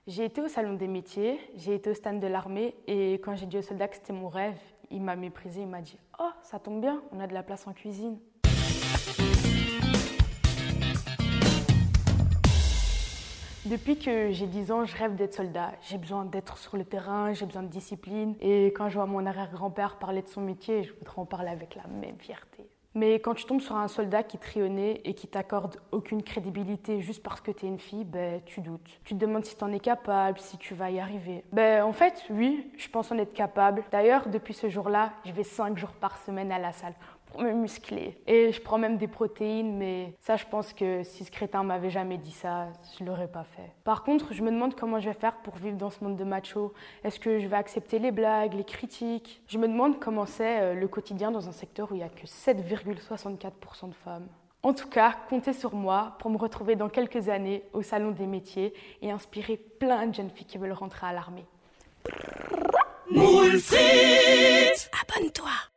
J'ai été au salon des métiers, j'ai été au stand de l'armée et quand j'ai dit au soldat que c'était mon rêve, il m'a méprisé, il m'a dit « Oh, ça tombe bien, on a de la place en cuisine ». Depuis que j'ai 10 ans, je rêve d'être soldat. J'ai besoin d'être sur le terrain, j'ai besoin de discipline. Et quand je vois mon arrière-grand-père parler de son métier, je voudrais en parler avec la même fierté. Mais quand tu tombes sur un soldat qui te rit au nez et qui t'accorde aucune crédibilité juste parce que t'es une fille, tu doutes. Tu te demandes si t'en es capable, si tu vas y arriver. En fait, oui, je pense en être capable. D'ailleurs, depuis ce jour-là, je vais 5 jours par semaine à la salle pour me muscler. Et je prends même des protéines, mais ça, je pense que si ce crétin m'avait jamais dit ça, je l'aurais pas fait. Par contre, je me demande comment je vais faire pour vivre dans ce monde de macho. Est-ce que je vais accepter les blagues, les critiques? Je me demande comment c'est le quotidien dans un secteur où il n'y a que 7,64% de femmes. En tout cas, comptez sur moi pour me retrouver dans quelques années au Salon des métiers et inspirer plein de jeunes filles qui veulent rentrer à l'armée. Moule frites! Abonne-toi!